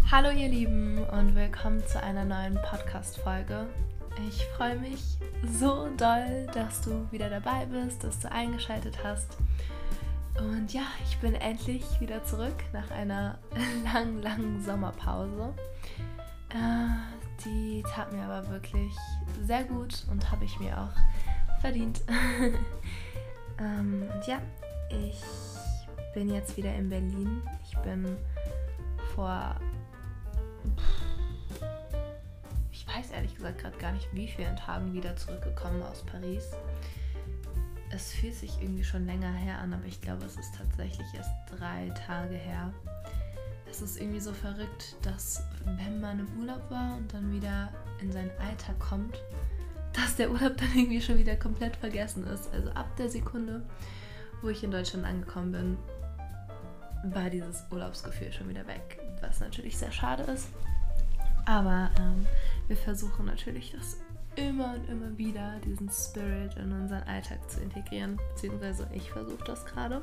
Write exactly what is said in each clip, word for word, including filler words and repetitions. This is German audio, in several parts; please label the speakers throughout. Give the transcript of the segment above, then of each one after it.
Speaker 1: Hallo ihr Lieben und willkommen zu einer neuen Podcast-Folge. Ich freue mich so doll, dass du wieder dabei bist, dass du eingeschaltet hast. Und ja, ich bin endlich wieder zurück nach einer langen, langen Sommerpause. Äh, die tat mir aber wirklich sehr gut und habe ich mir auch verdient. ähm, und ja, ich bin jetzt wieder in Berlin. Ich bin vor... Ich weiß ehrlich gesagt gerade gar nicht, wie vielen Tagen wieder zurückgekommen aus Paris. Es fühlt sich irgendwie schon länger her an, aber ich glaube, es ist tatsächlich erst drei Tage her. Es ist irgendwie so verrückt, dass wenn man im Urlaub war und dann wieder in seinen Alltag kommt, dass der Urlaub dann irgendwie schon wieder komplett vergessen ist. Also ab der Sekunde, wo ich in Deutschland angekommen bin, war dieses Urlaubsgefühl schon wieder weg, was natürlich sehr schade ist. Aber ähm, wir versuchen natürlich, das immer und immer wieder, diesen Spirit in unseren Alltag zu integrieren, beziehungsweise ich versuche das gerade.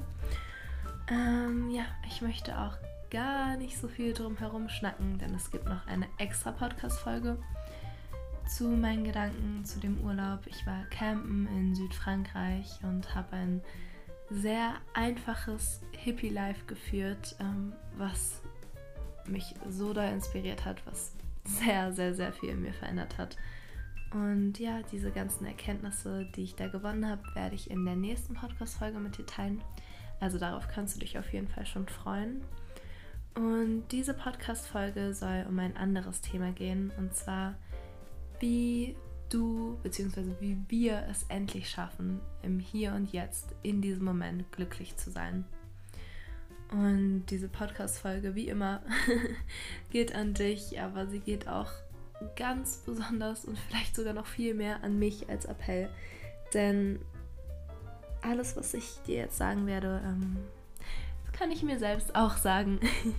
Speaker 1: Ähm, ja, ich möchte auch gar nicht so viel drum herum schnacken, denn es gibt noch eine extra Podcast-Folge zu meinen Gedanken zu dem Urlaub. Ich war campen in Südfrankreich und habe ein sehr einfaches Hippie-Life geführt, ähm, was mich so doll inspiriert hat, was sehr, sehr, sehr viel in mir verändert hat. Und ja, diese ganzen Erkenntnisse, die ich da gewonnen habe, werde ich in der nächsten Podcast-Folge mit dir teilen. Also darauf kannst du dich auf jeden Fall schon freuen. Und diese Podcast-Folge soll um ein anderes Thema gehen, und zwar, wie du bzw. wie wir es endlich schaffen, im Hier und Jetzt, in diesem Moment glücklich zu sein. Und diese Podcast-Folge, wie immer, geht an dich, aber sie geht auch ganz besonders und vielleicht sogar noch viel mehr an mich als Appell. Denn alles, was ich dir jetzt sagen werde, ähm, das kann ich mir selbst auch sagen.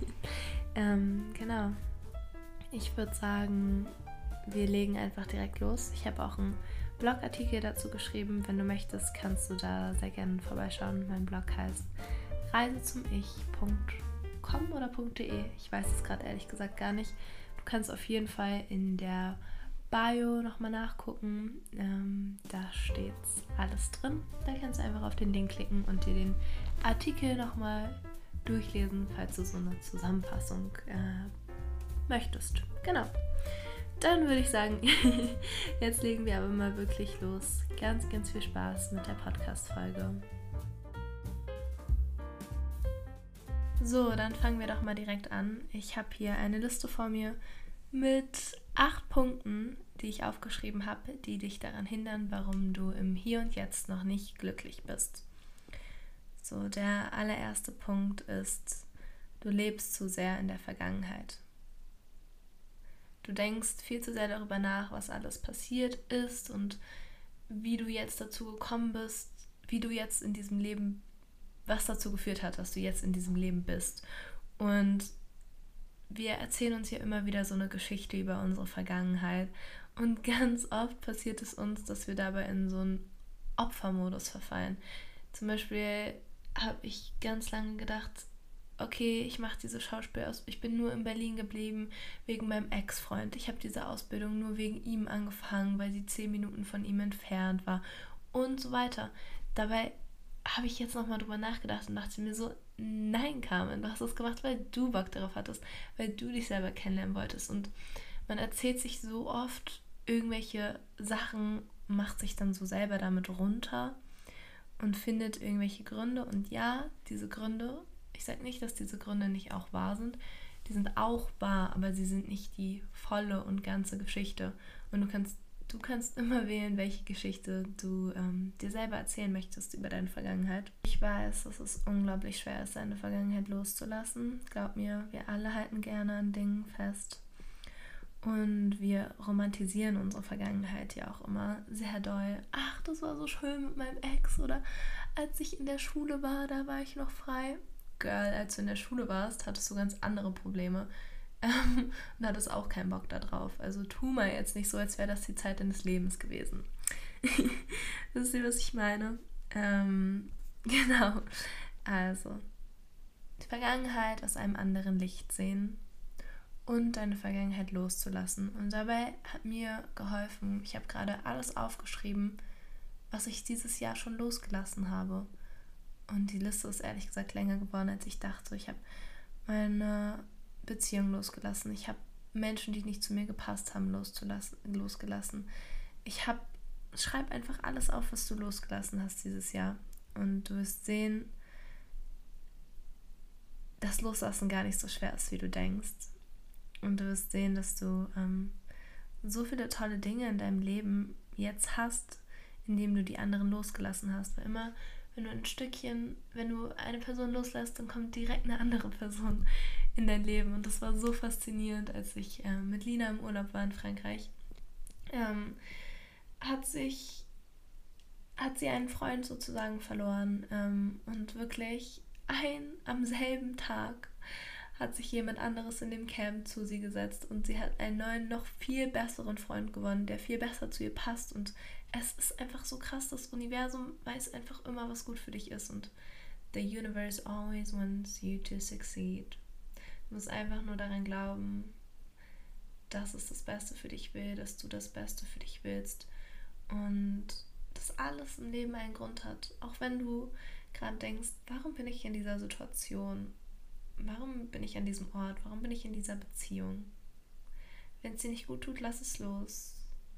Speaker 1: ähm, genau. Ich würde sagen, wir legen einfach direkt los. Ich habe auch einen Blogartikel dazu geschrieben. Wenn du möchtest, kannst du da sehr gerne vorbeischauen. Mein Blog heißt reise zum ich punkt com oder .de. Ich weiß es gerade ehrlich gesagt gar nicht. Du kannst auf jeden Fall in der Bio nochmal nachgucken. Ähm, da steht alles drin. Da kannst du einfach auf den Link klicken und dir den Artikel nochmal durchlesen, falls du so eine Zusammenfassung äh, möchtest. Genau. Dann würde ich sagen, jetzt legen wir aber mal wirklich los. Ganz, ganz viel Spaß mit der Podcast-Folge. So, dann fangen wir doch mal direkt an. Ich habe hier eine Liste vor mir mit acht Punkten, die ich aufgeschrieben habe, die dich daran hindern, warum du im Hier und Jetzt noch nicht glücklich bist. So, der allererste Punkt ist, du lebst zu sehr in der Vergangenheit. Du denkst viel zu sehr darüber nach, was alles passiert ist und wie du jetzt dazu gekommen bist, wie du jetzt in diesem Leben, was dazu geführt hat, dass du jetzt in diesem Leben bist. Und wir erzählen uns ja immer wieder so eine Geschichte über unsere Vergangenheit. Und ganz oft passiert es uns, dass wir dabei in so einen Opfermodus verfallen. Zum Beispiel habe ich ganz lange gedacht, okay, ich mache diese Schauspielausbildung, ich bin nur in Berlin geblieben wegen meinem Ex-Freund. Ich habe diese Ausbildung nur wegen ihm angefangen, weil sie zehn Minuten von ihm entfernt war und so weiter. Dabei habe ich jetzt nochmal drüber nachgedacht und dachte mir so, nein, Carmen, du hast das gemacht, weil du Bock darauf hattest, weil du dich selber kennenlernen wolltest. Und man erzählt sich so oft irgendwelche Sachen, macht sich dann so selber damit runter und findet irgendwelche Gründe. Und ja, diese Gründe, ich sage nicht, dass diese Gründe nicht auch wahr sind, die sind auch wahr, aber sie sind nicht die volle und ganze Geschichte. Und du kannst Du kannst immer wählen, welche Geschichte du ähm, dir selber erzählen möchtest über deine Vergangenheit. Ich weiß, dass es unglaublich schwer ist, seine Vergangenheit loszulassen. Glaub mir, wir alle halten gerne an Dingen fest. Und wir romantisieren unsere Vergangenheit ja auch immer sehr doll. Ach, das war so schön mit meinem Ex. Oder als ich in der Schule war, da war ich noch frei. Girl, als du in der Schule warst, hattest du ganz andere Probleme. Ähm, und hattest auch keinen Bock da drauf. Also tu mal jetzt nicht so, als wäre das die Zeit deines Lebens gewesen. Wisst ihr, was ich meine? Ähm, genau. Also, die Vergangenheit aus einem anderen Licht sehen und deine Vergangenheit loszulassen. Und dabei hat mir geholfen, ich habe gerade alles aufgeschrieben, was ich dieses Jahr schon losgelassen habe. Und die Liste ist ehrlich gesagt länger geworden, als ich dachte. Ich habe meine Beziehung losgelassen. Ich habe Menschen, die nicht zu mir gepasst haben, loszulassen, losgelassen. Ich habe, schreib einfach alles auf, was du losgelassen hast dieses Jahr. Und du wirst sehen, dass Loslassen gar nicht so schwer ist, wie du denkst. Und du wirst sehen, dass du ähm, so viele tolle Dinge in deinem Leben jetzt hast, indem du die anderen losgelassen hast. Weil immer, wenn du ein Stückchen, wenn du eine Person loslässt, dann kommt direkt eine andere Person in dein Leben. Und das war so faszinierend, als ich äh, mit Lina im Urlaub war in Frankreich. Ähm, hat sich, hat sie einen Freund sozusagen verloren. Ähm, und wirklich ein am selben Tag hat sich jemand anderes in dem Camp zu sie gesetzt und sie hat einen neuen, noch viel besseren Freund gewonnen, der viel besser zu ihr passt. Und es ist einfach so krass, das Universum weiß einfach immer, was gut für dich ist, und the universe always wants you to succeed. Du musst einfach nur daran glauben, dass es das Beste für dich will, dass du das Beste für dich willst und dass alles im Leben einen Grund hat. Auch wenn du gerade denkst, warum bin ich in dieser Situation? Warum bin ich an diesem Ort? Warum bin ich in dieser Beziehung? Wenn es dir nicht gut tut, lass es los.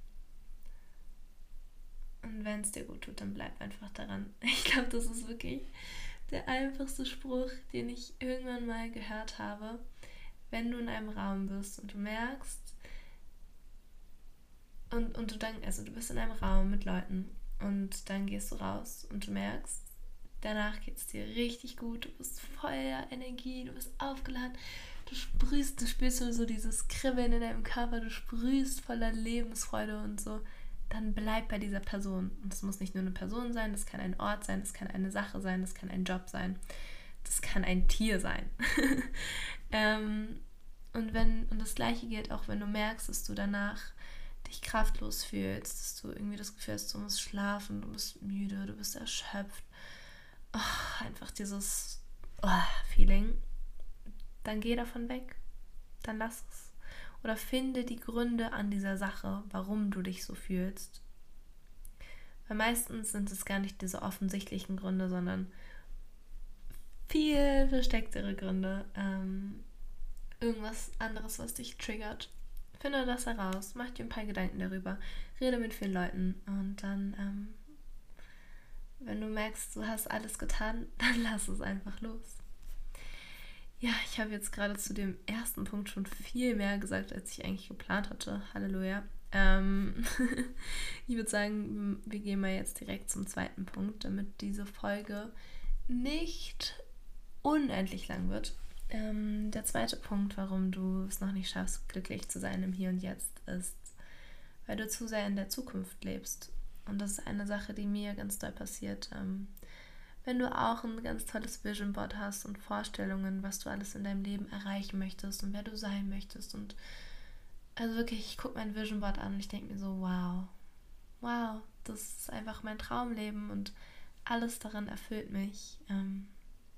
Speaker 1: Und wenn es dir gut tut, dann bleib einfach daran. Ich glaube, das ist wirklich der einfachste Spruch, den ich irgendwann mal gehört habe. Wenn du in einem Raum bist und du merkst, und, und du dann, also du bist in einem Raum mit Leuten und dann gehst du raus und du merkst, danach geht es dir richtig gut, du bist voller Energie, du bist aufgeladen, du sprühst, du spürst so dieses Kribbeln in deinem Körper, du sprühst voller Lebensfreude und so, dann bleib bei dieser Person. Und das muss nicht nur eine Person sein, das kann ein Ort sein, das kann eine Sache sein, das kann ein Job sein, das kann ein Tier sein. ähm, und, wenn, und das Gleiche gilt auch, wenn du merkst, dass du danach dich kraftlos fühlst, dass du irgendwie das Gefühl hast, du musst schlafen, du bist müde, du bist erschöpft, oh, einfach dieses oh, Feeling, dann geh davon weg, dann lass es. Oder finde die Gründe an dieser Sache, warum du dich so fühlst. Weil meistens sind es gar nicht diese offensichtlichen Gründe, sondern viel verstecktere Gründe. Ähm, irgendwas anderes, was dich triggert. Finde das heraus, mach dir ein paar Gedanken darüber, rede mit vielen Leuten und dann ähm, wenn du merkst, du hast alles getan, dann lass es einfach los. Ja, ich habe jetzt gerade zu dem ersten Punkt schon viel mehr gesagt, als ich eigentlich geplant hatte. Halleluja. Ähm ich würde sagen, wir gehen mal jetzt direkt zum zweiten Punkt, damit diese Folge nicht unendlich lang wird. Ähm, der zweite Punkt, warum du es noch nicht schaffst, glücklich zu sein im Hier und Jetzt, ist, weil du zu sehr in der Zukunft lebst. Und das ist eine Sache, die mir ganz doll passiert. Ähm, wenn du auch ein ganz tolles Vision Board hast und Vorstellungen, was du alles in deinem Leben erreichen möchtest und wer du sein möchtest. Und also wirklich, ich gucke mein Vision Board an und ich denke mir so, wow, wow, das ist einfach mein Traumleben und alles daran erfüllt mich. Ähm,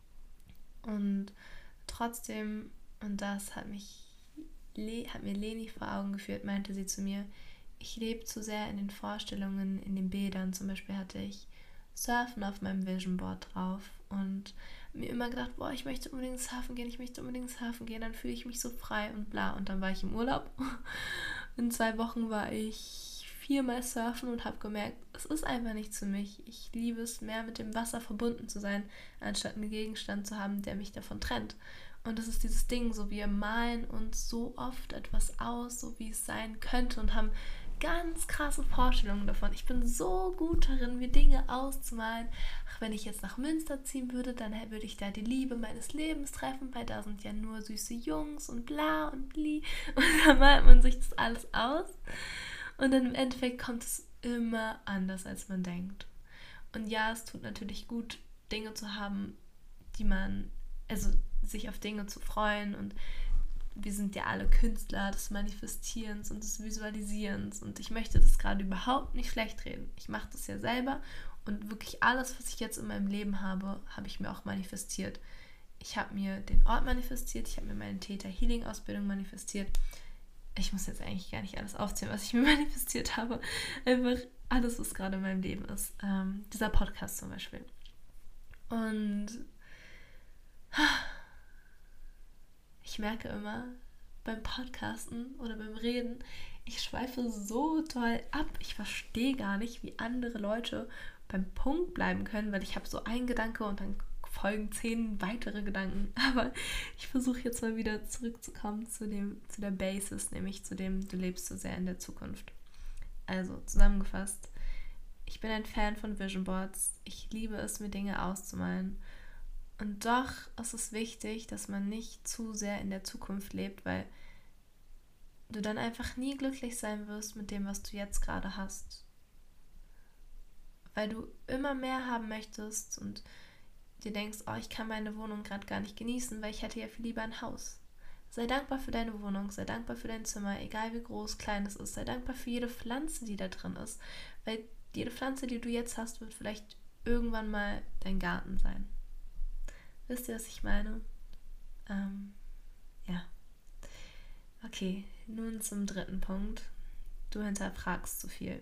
Speaker 1: und trotzdem, und das hat mich, hat mir Leni vor Augen geführt, meinte sie zu mir, ich lebe zu sehr in den Vorstellungen, in den Bildern. Zum Beispiel hatte ich Surfen auf meinem Vision Board drauf und mir immer gedacht, boah, ich möchte unbedingt surfen gehen, ich möchte unbedingt surfen gehen, dann fühle ich mich so frei und bla. Und dann war ich im Urlaub. In zwei Wochen war ich viermal surfen und habe gemerkt, es ist einfach nichts für mich. Ich liebe es, mehr mit dem Wasser verbunden zu sein, anstatt einen Gegenstand zu haben, der mich davon trennt. Und das ist dieses Ding, so wir malen uns so oft etwas aus, so wie es sein könnte und haben ganz krasse Vorstellungen davon. Ich bin so gut darin, mir Dinge auszumalen. Ach, wenn ich jetzt nach Münster ziehen würde, dann würde ich da die Liebe meines Lebens treffen, weil da sind ja nur süße Jungs und bla und bli. Und dann malt man sich das alles aus. Und dann im Endeffekt kommt es immer anders, als man denkt. Und ja, es tut natürlich gut, Dinge zu haben, die man, also sich auf Dinge zu freuen, und wir sind ja alle Künstler des Manifestierens und des Visualisierens, und ich möchte das gerade überhaupt nicht schlecht reden. Ich mache das ja selber und wirklich alles, was ich jetzt in meinem Leben habe, habe ich mir auch manifestiert. ich habe mir den Ort manifestiert, ich habe mir meine Theta Healing Ausbildung manifestiert. Ich muss jetzt eigentlich gar nicht alles aufzählen, was ich mir manifestiert habe. Einfach alles, was gerade in meinem Leben ist. Ähm, dieser Podcast zum Beispiel. Und ich merke immer beim Podcasten oder beim Reden, ich schweife so toll ab. Ich verstehe gar nicht, wie andere Leute beim Punkt bleiben können, weil ich habe so einen Gedanke und dann folgen zehn weitere Gedanken. Aber ich versuche jetzt mal wieder zurückzukommen zu dem, zu der Basis, nämlich zu dem, du lebst so sehr in der Zukunft. Also zusammengefasst, ich bin ein Fan von Vision Boards. Ich liebe es, mir Dinge auszumalen. Und doch ist es wichtig, dass man nicht zu sehr in der Zukunft lebt, weil du dann einfach nie glücklich sein wirst mit dem, was du jetzt gerade hast. Weil du immer mehr haben möchtest und dir denkst, oh, ich kann meine Wohnung gerade gar nicht genießen, weil ich hätte ja viel lieber ein Haus. Sei dankbar für deine Wohnung, sei dankbar für dein Zimmer, egal wie groß, klein es ist. Sei dankbar für jede Pflanze, die da drin ist, weil jede Pflanze, die du jetzt hast, wird vielleicht irgendwann mal dein Garten sein. Wisst ihr, was ich meine? Ähm, ja. Okay, nun zum dritten Punkt. Du hinterfragst zu viel.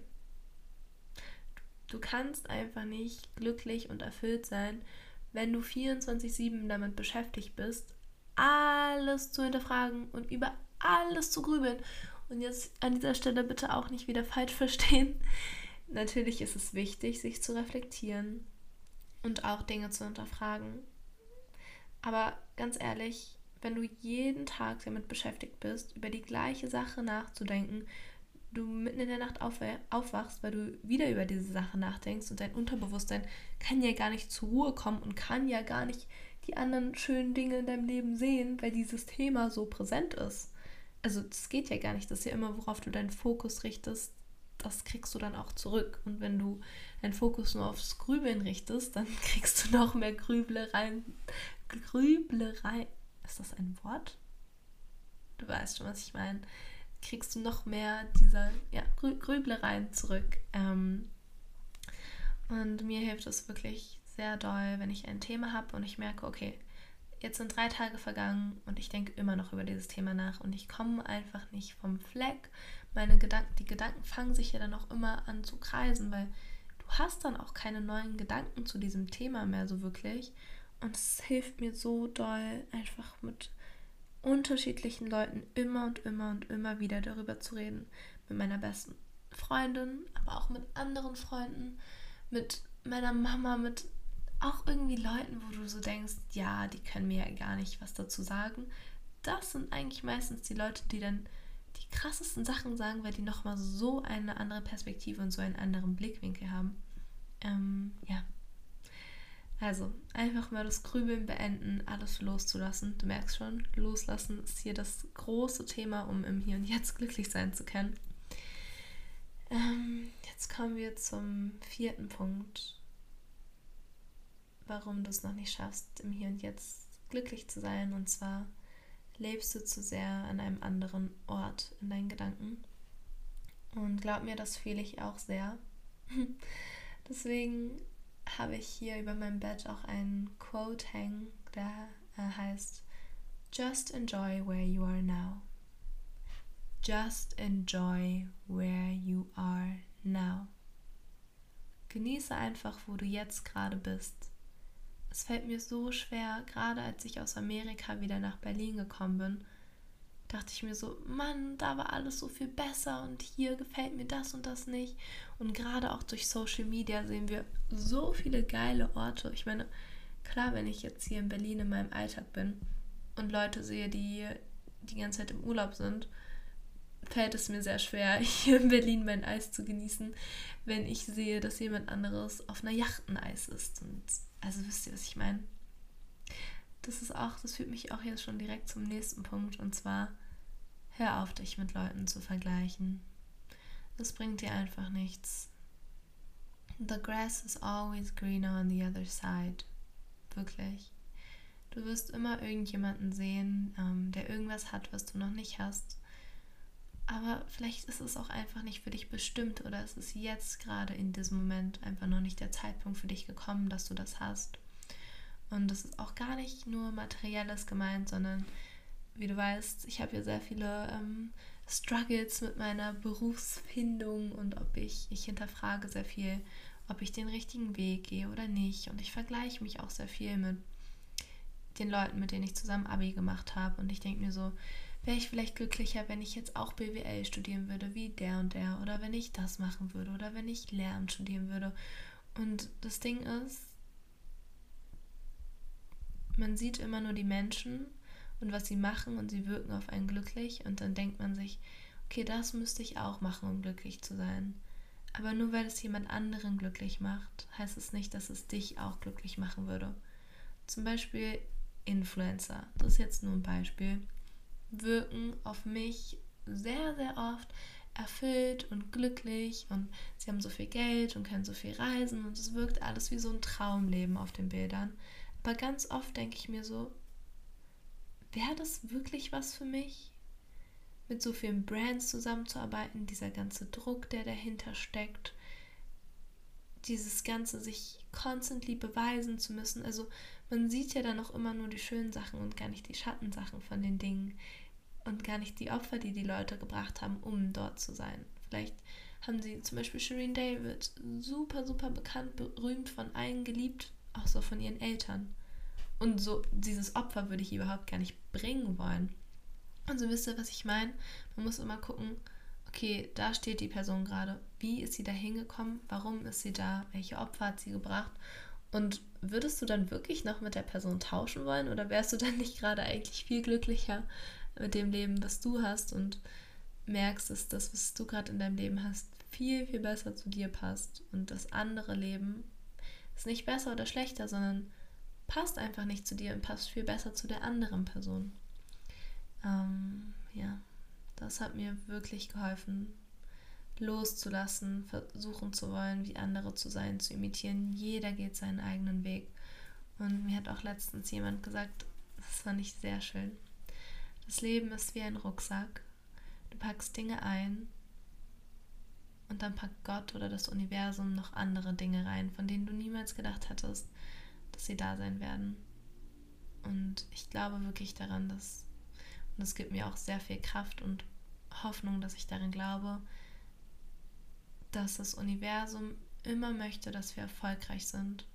Speaker 1: Du kannst einfach nicht glücklich und erfüllt sein, wenn du vierundzwanzig sieben damit beschäftigt bist, alles zu hinterfragen und über alles zu grübeln. Und jetzt an dieser Stelle bitte auch nicht wieder falsch verstehen. Natürlich ist es wichtig, sich zu reflektieren und auch Dinge zu hinterfragen. Aber ganz ehrlich, wenn du jeden Tag damit beschäftigt bist, über die gleiche Sache nachzudenken, du mitten in der Nacht aufwachst, weil du wieder über diese Sache nachdenkst und dein Unterbewusstsein kann ja gar nicht zur Ruhe kommen und kann ja gar nicht die anderen schönen Dinge in deinem Leben sehen, weil dieses Thema so präsent ist. Also das geht ja gar nicht, das ist ja immer, worauf du deinen Fokus richtest, das kriegst du dann auch zurück. Und wenn du deinen Fokus nur aufs Grübeln richtest, dann kriegst du noch mehr Grübelereien. Grüblerei. Ist das ein Wort? Du weißt schon, was ich meine. Kriegst du noch mehr dieser ja, Grü- Grüblereien zurück. Ähm, und mir hilft es wirklich sehr doll, wenn ich ein Thema habe und ich merke, okay, jetzt sind drei Tage vergangen und ich denke immer noch über dieses Thema nach und ich komme einfach nicht vom Fleck. Meine Gedanken, die Gedanken fangen sich ja dann auch immer an zu kreisen, weil du hast dann auch keine neuen Gedanken zu diesem Thema mehr so wirklich. Und es hilft mir so doll, einfach mit unterschiedlichen Leuten immer und immer und immer wieder darüber zu reden. Mit meiner besten Freundin, aber auch mit anderen Freunden, mit meiner Mama, mit auch irgendwie Leuten, wo du so denkst, ja, die können mir ja gar nicht was dazu sagen. Das sind eigentlich meistens die Leute, die dann die krassesten Sachen sagen, weil die nochmal so eine andere Perspektive und so einen anderen Blickwinkel haben. Ähm, ja. Also, einfach mal das Grübeln beenden, alles loszulassen. Du merkst schon, loslassen ist hier das große Thema, um im Hier und Jetzt glücklich sein zu können. Ähm, jetzt kommen wir zum vierten Punkt, warum du es noch nicht schaffst, im Hier und Jetzt glücklich zu sein. Und zwar lebst du zu sehr an einem anderen Ort in deinen Gedanken. Und glaub mir, das fühle ich auch sehr. Deswegen habe ich hier über meinem Bett auch einen Quote hängen, der äh, heißt Just enjoy where you are now. Just enjoy where you are now. Genieße einfach, wo du jetzt gerade bist. Es fällt mir so schwer, gerade als ich aus Amerika wieder nach Berlin gekommen bin, dachte ich mir so, Mann, da war alles so viel besser und hier gefällt mir das und das nicht. Und gerade auch durch Social Media sehen wir so viele geile Orte. Ich meine, klar, wenn ich jetzt hier in Berlin in meinem Alltag bin und Leute sehe, die die ganze Zeit im Urlaub sind, fällt es mir sehr schwer, hier in Berlin mein Eis zu genießen, wenn ich sehe, dass jemand anderes auf einer Yacht ein Eis isst. Und also wisst ihr, was ich meine? Das ist auch, das führt mich auch jetzt schon direkt zum nächsten Punkt, und zwar hör auf, dich mit Leuten zu vergleichen. Das bringt dir einfach nichts. The grass is always greener on the other side. Wirklich. Du wirst immer irgendjemanden sehen, ähm, der irgendwas hat, was du noch nicht hast. Aber vielleicht ist es auch einfach nicht für dich bestimmt oder es ist jetzt gerade in diesem Moment einfach noch nicht der Zeitpunkt für dich gekommen, dass du das hast. Und das ist auch gar nicht nur Materielles gemeint, sondern wie du weißt, ich habe hier sehr viele ähm, Struggles mit meiner Berufsfindung und ob ich, ich hinterfrage sehr viel, ob ich den richtigen Weg gehe oder nicht. Und ich vergleiche mich auch sehr viel mit den Leuten, mit denen ich zusammen Abi gemacht habe. Und ich denke mir so, wäre ich vielleicht glücklicher, wenn ich jetzt auch B W L studieren würde, wie der und der. Oder wenn ich das machen würde. Oder wenn ich Lehramt studieren würde. Und das Ding ist, man sieht immer nur die Menschen und was sie machen und sie wirken auf einen glücklich. Und dann denkt man sich, okay, das müsste ich auch machen, um glücklich zu sein. Aber nur weil es jemand anderen glücklich macht, heißt es nicht, dass es dich auch glücklich machen würde. Zum Beispiel Influencer, das ist jetzt nur ein Beispiel, wirken auf mich sehr, sehr oft erfüllt und glücklich und sie haben so viel Geld und können so viel reisen und es wirkt alles wie so ein Traumleben auf den Bildern. Aber ganz oft denke ich mir so, wäre das wirklich was für mich? Mit so vielen Brands zusammenzuarbeiten, dieser ganze Druck, der dahinter steckt, dieses ganze sich constantly beweisen zu müssen. Also man sieht ja dann auch immer nur die schönen Sachen und gar nicht die Schattensachen von den Dingen und gar nicht die Opfer, die die Leute gebracht haben, um dort zu sein. Vielleicht haben sie zum Beispiel Shireen David, super, super bekannt, berühmt, von allen geliebt, auch so von ihren Eltern. Und so dieses Opfer würde ich überhaupt gar nicht bringen wollen. Also wisst ihr, was ich meine? Man muss immer gucken, okay, da steht die Person gerade. Wie ist sie da hingekommen? Warum ist sie da? Welche Opfer hat sie gebracht? Und würdest du dann wirklich noch mit der Person tauschen wollen? Oder wärst du dann nicht gerade eigentlich viel glücklicher mit dem Leben, was du hast und merkst, dass das, was du gerade in deinem Leben hast, viel, viel besser zu dir passt und das andere Leben ist nicht besser oder schlechter, sondern passt einfach nicht zu dir und passt viel besser zu der anderen Person. Ähm, ja, das hat mir wirklich geholfen, loszulassen, versuchen zu wollen, wie andere zu sein, zu imitieren. Jeder geht seinen eigenen Weg. Und mir hat auch letztens jemand gesagt, das fand ich sehr schön, das Leben ist wie ein Rucksack. Du packst Dinge ein und dann packt Gott oder das Universum noch andere Dinge rein, von denen du niemals gedacht hättest, dass sie da sein werden. Und ich glaube wirklich daran, dass, und es gibt mir auch sehr viel Kraft und Hoffnung, dass ich darin glaube, dass das Universum immer möchte, dass wir erfolgreich sind.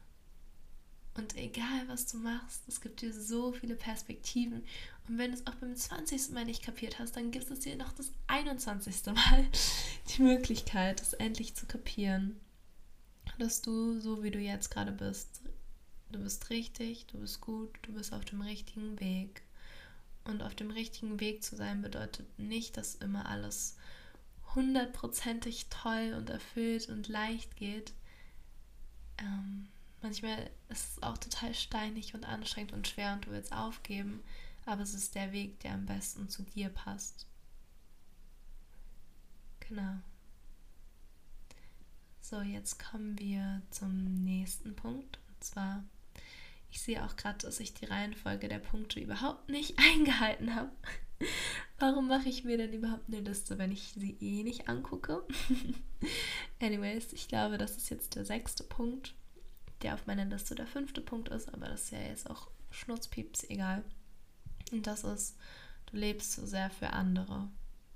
Speaker 1: Und egal, was du machst, es gibt dir so viele Perspektiven. Und wenn du es auch beim zwanzigsten Mal nicht kapiert hast, dann gibt es dir noch das einundzwanzigste Mal die Möglichkeit, es endlich zu kapieren. Dass du, so wie du jetzt gerade bist, du bist richtig, du bist gut, du bist auf dem richtigen Weg. Und auf dem richtigen Weg zu sein bedeutet nicht, dass immer alles hundertprozentig toll und erfüllt und leicht geht. Ähm, manchmal ist es auch total steinig und anstrengend und schwer und du willst aufgeben, aber es ist der Weg, der am besten zu dir passt. Genau. So, jetzt kommen wir zum nächsten Punkt. Und zwar, ich sehe auch gerade, dass ich die Reihenfolge der Punkte überhaupt nicht eingehalten habe. Warum mache ich mir denn überhaupt eine Liste, wenn ich sie eh nicht angucke? Anyways, ich glaube, das ist jetzt der sechste Punkt, der auf meiner Liste der fünfte Punkt ist, aber das ist ja jetzt auch schnurzpieps egal. Und das ist, du lebst so sehr für andere.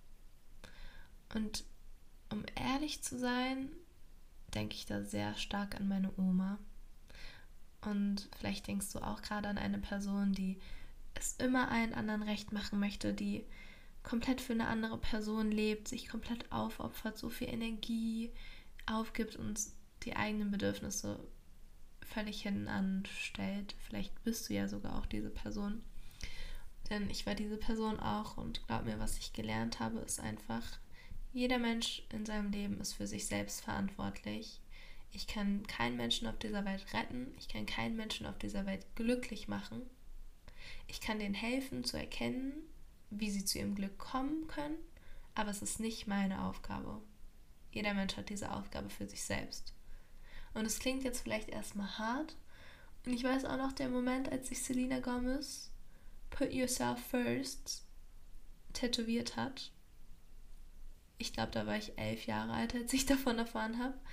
Speaker 1: Und um ehrlich zu sein, denke ich da sehr stark an meine Oma. Und vielleicht denkst du auch gerade an eine Person, die es immer allen anderen recht machen möchte, die komplett für eine andere Person lebt, sich komplett aufopfert, so viel Energie aufgibt und die eigenen Bedürfnisse völlig hinten anstellt. Vielleicht bist du ja sogar auch diese Person. Denn ich war diese Person auch und glaub mir, was ich gelernt habe, ist einfach, jeder Mensch in seinem Leben ist für sich selbst verantwortlich. Ich kann keinen Menschen auf dieser Welt retten, ich kann keinen Menschen auf dieser Welt glücklich machen. Ich kann denen helfen zu erkennen, wie sie zu ihrem Glück kommen können, aber es ist nicht meine Aufgabe. Jeder Mensch hat diese Aufgabe für sich selbst. Und es klingt jetzt vielleicht erstmal hart. Und ich weiß auch noch der Moment, als sich Selena Gomez Put Yourself First tätowiert hat. Ich glaube, da war ich elf Jahre alt, als ich davon erfahren habe.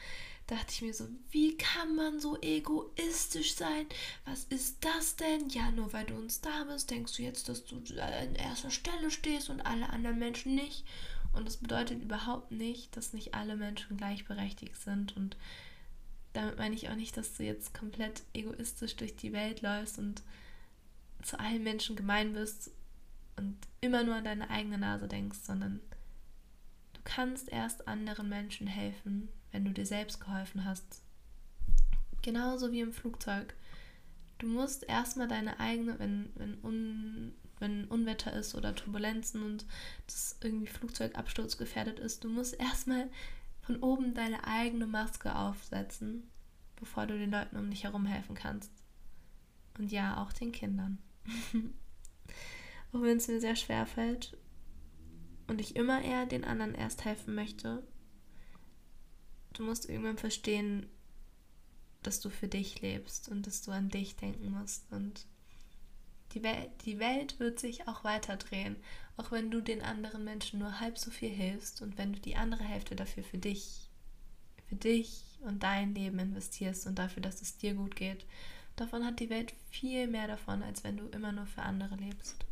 Speaker 1: dachte ich mir so, wie kann man so egoistisch sein? Was ist das denn? Ja, nur weil du uns da bist, denkst du jetzt, dass du an erster Stelle stehst und alle anderen Menschen nicht. Und das bedeutet überhaupt nicht, dass nicht alle Menschen gleichberechtigt sind. Und damit meine ich auch nicht, dass du jetzt komplett egoistisch durch die Welt läufst und zu allen Menschen gemein bist und immer nur an deine eigene Nase denkst, sondern du kannst erst anderen Menschen helfen, wenn du dir selbst geholfen hast. Genauso wie im Flugzeug. Du musst erstmal deine eigene, wenn, wenn, un, wenn Unwetter ist oder Turbulenzen und das irgendwie Flugzeugabsturz gefährdet ist, du musst erstmal von oben deine eigene Maske aufsetzen, bevor du den Leuten um dich herum helfen kannst. Und ja, auch den Kindern. Auch wenn es mir sehr schwer fällt und ich immer eher den anderen erst helfen möchte, du musst irgendwann verstehen, dass du für dich lebst und dass du an dich denken musst. Und die Welt, die Welt wird sich auch weiter drehen, auch wenn du den anderen Menschen nur halb so viel hilfst und wenn du die andere Hälfte dafür für dich, für dich und dein Leben investierst und dafür, dass es dir gut geht. Davon hat die Welt viel mehr davon, als wenn du immer nur für andere lebst.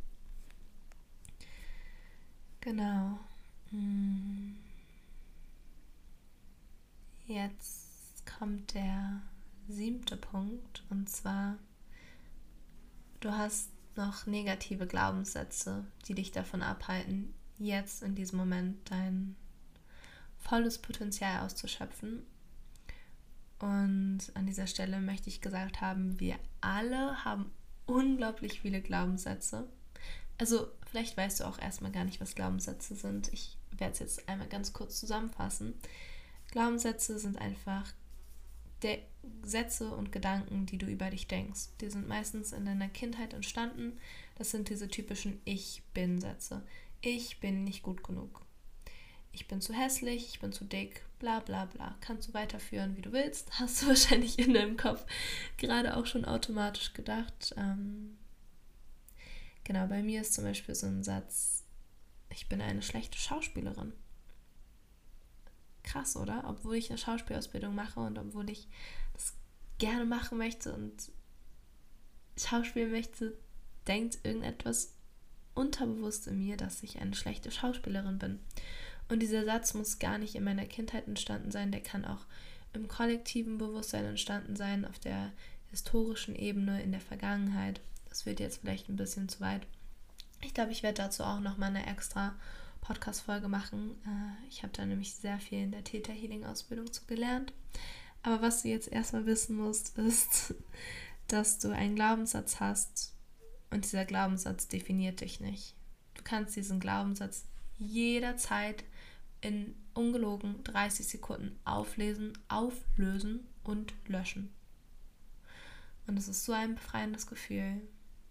Speaker 1: Genau. Jetzt kommt der siebte Punkt, und zwar, du hast noch negative Glaubenssätze, die dich davon abhalten, jetzt in diesem Moment dein volles Potenzial auszuschöpfen. Und an dieser Stelle möchte ich gesagt haben, wir alle haben unglaublich viele Glaubenssätze. Also vielleicht weißt du auch erstmal gar nicht, was Glaubenssätze sind. Ich werde es jetzt einmal ganz kurz zusammenfassen. Glaubenssätze sind einfach De- Sätze und Gedanken, die du über dich denkst. Die sind meistens in deiner Kindheit entstanden. Das sind diese typischen Ich-Bin-Sätze. Ich bin nicht gut genug. Ich bin zu hässlich, ich bin zu dick, bla bla bla. Kannst du weiterführen, wie du willst. Hast du wahrscheinlich in deinem Kopf gerade auch schon automatisch gedacht. Ähm, genau, bei mir ist zum Beispiel so ein Satz, ich bin eine schlechte Schauspielerin. Krass, oder? Obwohl ich eine Schauspielausbildung mache und obwohl ich das gerne machen möchte und schauspielen möchte, denkt irgendetwas unterbewusst in mir, dass ich eine schlechte Schauspielerin bin. Und dieser Satz muss gar nicht in meiner Kindheit entstanden sein, der kann auch im kollektiven Bewusstsein entstanden sein, auf der historischen Ebene, in der Vergangenheit. Das wird jetzt vielleicht ein bisschen zu weit. Ich glaube, ich werde dazu auch nochmal eine extra Podcast-Folge machen. Ich habe da nämlich sehr viel in der Theta-Healing-Ausbildung zu gelernt. Aber was du jetzt erstmal wissen musst, ist, dass du einen Glaubenssatz hast und dieser Glaubenssatz definiert dich nicht. Du kannst diesen Glaubenssatz jederzeit in ungelogen dreißig Sekunden auflesen, auflösen und löschen. Und es ist so ein befreiendes Gefühl.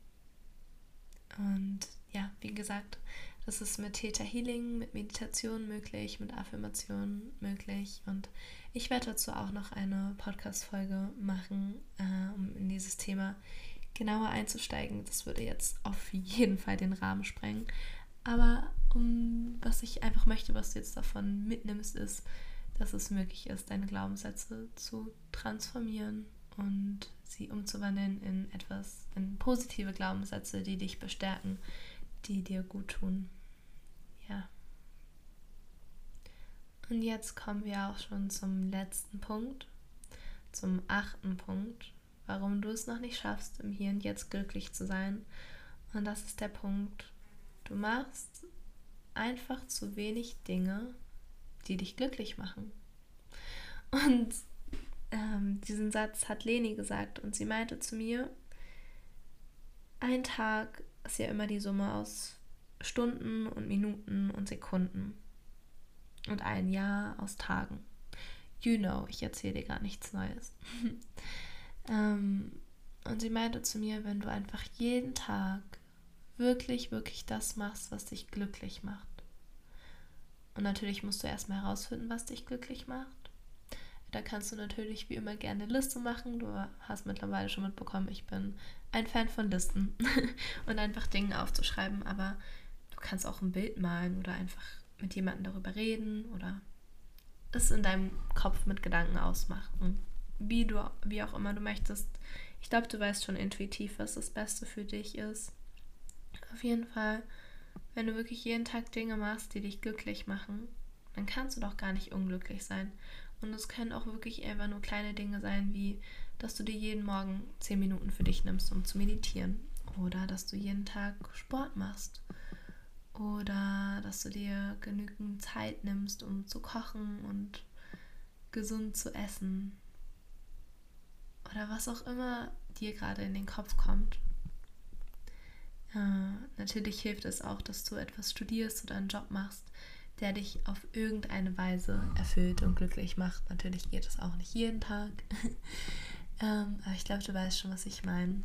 Speaker 1: Und ja, wie gesagt, das ist mit Theta Healing, mit Meditation möglich, mit Affirmationen möglich. Und ich werde dazu auch noch eine Podcast-Folge machen, äh, um in dieses Thema genauer einzusteigen. Das würde jetzt auf jeden Fall den Rahmen sprengen. Aber um, was ich einfach möchte, was du jetzt davon mitnimmst, ist, dass es möglich ist, deine Glaubenssätze zu transformieren und sie umzuwandeln in etwas, in positive Glaubenssätze, die dich bestärken, die dir gut tun. Ja. Und jetzt kommen wir auch schon zum letzten Punkt, zum achten Punkt, warum du es noch nicht schaffst, im Hier und Jetzt glücklich zu sein. Und das ist der Punkt, du machst einfach zu wenig Dinge, die dich glücklich machen. Und ähm, diesen Satz hat Leni gesagt und sie meinte zu mir, ein Tag ist ja immer die Summe aus Stunden und Minuten und Sekunden und ein Jahr aus Tagen. You know, ich erzähle dir gar nichts Neues. ähm, und sie meinte zu mir, wenn du einfach jeden Tag wirklich, wirklich das machst, was dich glücklich macht. Und natürlich musst du erstmal herausfinden, was dich glücklich macht. Da kannst du natürlich wie immer gerne eine Liste machen. Du hast mittlerweile schon mitbekommen, ich bin ein Fan von Listen und einfach Dinge aufzuschreiben. Aber du kannst auch ein Bild malen oder einfach mit jemandem darüber reden oder es in deinem Kopf mit Gedanken ausmachen. Wie du, wie auch immer du möchtest. Ich glaube, du weißt schon intuitiv, was das Beste für dich ist. Auf jeden Fall, wenn du wirklich jeden Tag Dinge machst, die dich glücklich machen, dann kannst du doch gar nicht unglücklich sein. Und es können auch wirklich einfach nur kleine Dinge sein, wie, dass du dir jeden Morgen zehn Minuten für dich nimmst, um zu meditieren. Oder dass du jeden Tag Sport machst. Oder dass du dir genügend Zeit nimmst, um zu kochen und gesund zu essen. Oder was auch immer dir gerade in den Kopf kommt. Äh, natürlich hilft es auch, dass du etwas studierst oder einen Job machst, der dich auf irgendeine Weise erfüllt und glücklich macht. Natürlich geht es auch nicht jeden Tag. ähm, aber ich glaube, du weißt schon, was ich meine.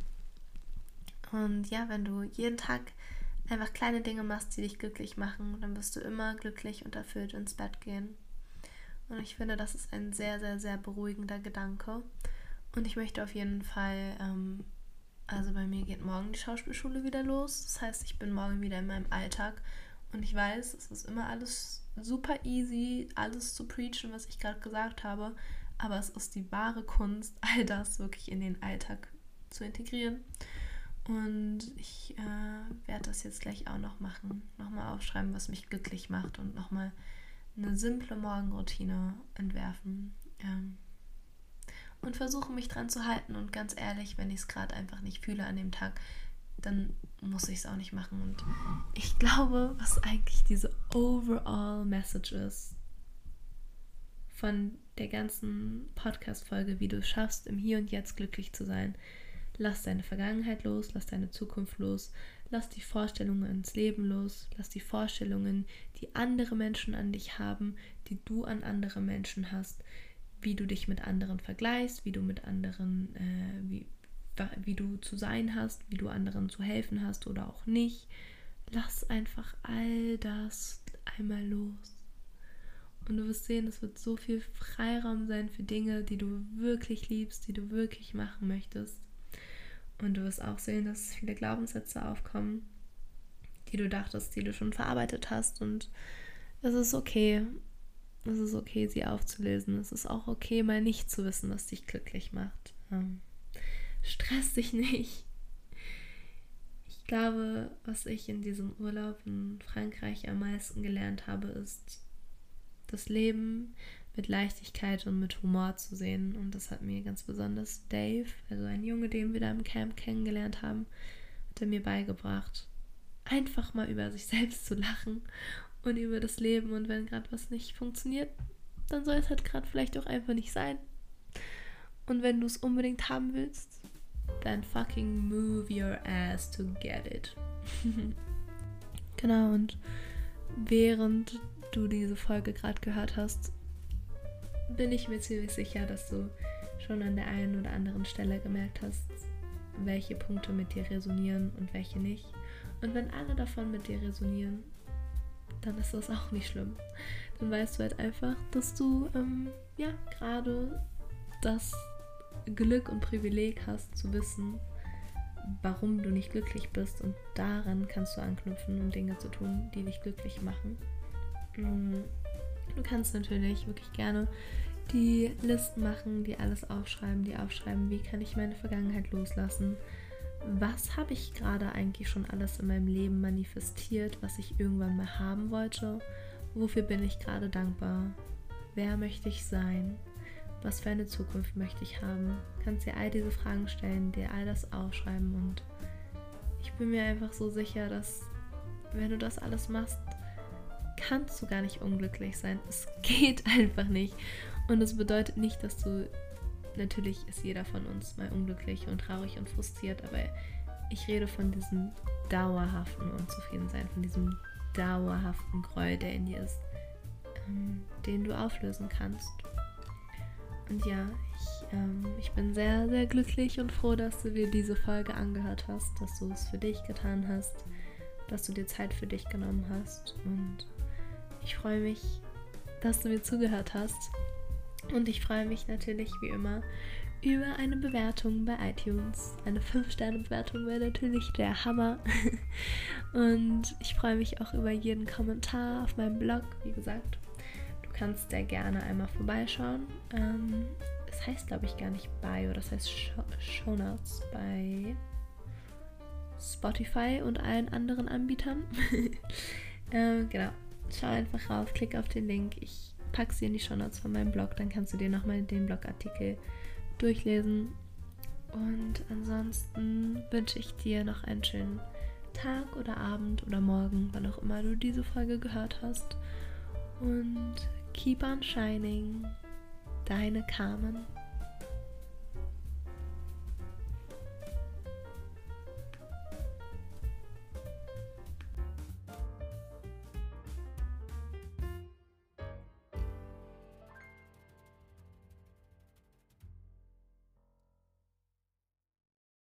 Speaker 1: Und ja, wenn du jeden Tag einfach kleine Dinge machst, die dich glücklich machen, dann wirst du immer glücklich und erfüllt ins Bett gehen. Und ich finde, das ist ein sehr, sehr, sehr beruhigender Gedanke. Und ich möchte auf jeden Fall, ähm, also bei mir geht morgen die Schauspielschule wieder los. Das heißt, ich bin morgen wieder in meinem Alltag. Und ich weiß, es ist immer alles super easy, alles zu preachen, was ich gerade gesagt habe. Aber es ist die wahre Kunst, all das wirklich in den Alltag zu integrieren. Und ich äh, werde das jetzt gleich auch noch machen. Nochmal aufschreiben, was mich glücklich macht und nochmal eine simple Morgenroutine entwerfen. Ähm, und versuche mich dran zu halten. Und ganz ehrlich, wenn ich es gerade einfach nicht fühle an dem Tag, dann muss ich es auch nicht machen. Und ich glaube, was eigentlich diese overall Message ist von der ganzen Podcast-Folge, wie du es schaffst, im Hier und Jetzt glücklich zu sein. Lass deine Vergangenheit los, lass deine Zukunft los, lass die Vorstellungen ins Leben los, lass die Vorstellungen, die andere Menschen an dich haben, die du an andere Menschen hast, wie du dich mit anderen vergleichst, wie du mit anderen, äh, wie, wie du zu sein hast, wie du anderen zu helfen hast oder auch nicht. Lass einfach all das einmal los. Und du wirst sehen, es wird so viel Freiraum sein für Dinge, die du wirklich liebst, die du wirklich machen möchtest. Und du wirst auch sehen, dass viele Glaubenssätze aufkommen, die du dachtest, die du schon verarbeitet hast. Und es ist okay. Es ist okay, sie aufzulösen. Es ist auch okay, mal nicht zu wissen, was dich glücklich macht. Ähm, stress dich nicht. Ich glaube, was ich in diesem Urlaub in Frankreich am meisten gelernt habe, ist, das Leben mit Leichtigkeit und mit Humor zu sehen. Und das hat mir ganz besonders Dave, also ein Junge, den wir da im Camp kennengelernt haben, hat er mir beigebracht, einfach mal über sich selbst zu lachen und über das Leben. Und wenn gerade was nicht funktioniert, dann soll es halt gerade vielleicht auch einfach nicht sein. Und wenn du es unbedingt haben willst, then fucking move your ass to get it. Genau, und während du diese Folge gerade gehört hast, bin ich mir ziemlich sicher, dass du schon an der einen oder anderen Stelle gemerkt hast, welche Punkte mit dir resonieren und welche nicht. Und wenn alle davon mit dir resonieren, dann ist das auch nicht schlimm. Dann weißt du halt einfach, dass du ähm, ja gerade das Glück und Privileg hast zu wissen, warum du nicht glücklich bist, und daran kannst du anknüpfen, um Dinge zu tun, die dich glücklich machen. Du kannst natürlich wirklich gerne die Listen machen, die alles aufschreiben, die aufschreiben, wie kann ich meine Vergangenheit loslassen, was habe ich gerade eigentlich schon alles in meinem Leben manifestiert, was ich irgendwann mal haben wollte, wofür bin ich gerade dankbar, wer möchte ich sein, was für eine Zukunft möchte ich haben. Du kannst dir all diese Fragen stellen, dir all das aufschreiben, und ich bin mir einfach so sicher, dass wenn du das alles machst, kannst du gar nicht unglücklich sein. Es geht einfach nicht. Und es bedeutet nicht, dass du, natürlich ist jeder von uns mal unglücklich und traurig und frustriert, aber ich rede von diesem dauerhaften Unzufriedensein, von diesem dauerhaften Groll, der in dir ist, ähm, den du auflösen kannst. Und ja, ich, ähm, ich bin sehr, sehr glücklich und froh, dass du dir diese Folge angehört hast, dass du es für dich getan hast, dass du dir Zeit für dich genommen hast, und ich freue mich, dass du mir zugehört hast, und ich freue mich natürlich wie immer über eine Bewertung bei iTunes. Eine fünf Sterne Bewertung wäre natürlich der Hammer. Und ich freue mich auch über jeden Kommentar auf meinem Blog. Wie gesagt, du kannst sehr gerne einmal vorbeischauen. Ähm, das heißt, glaube ich, gar nicht Bio, das heißt Show Notes bei Spotify und allen anderen Anbietern. ähm, genau, schau einfach rauf, klick auf den Link. Ich packe sie in die Show Notes von meinem Blog, dann kannst du dir nochmal den Blogartikel durchlesen. Und ansonsten wünsche ich dir noch einen schönen Tag oder Abend oder Morgen, wann auch immer du diese Folge gehört hast. Und keep on shining, deine Carmen.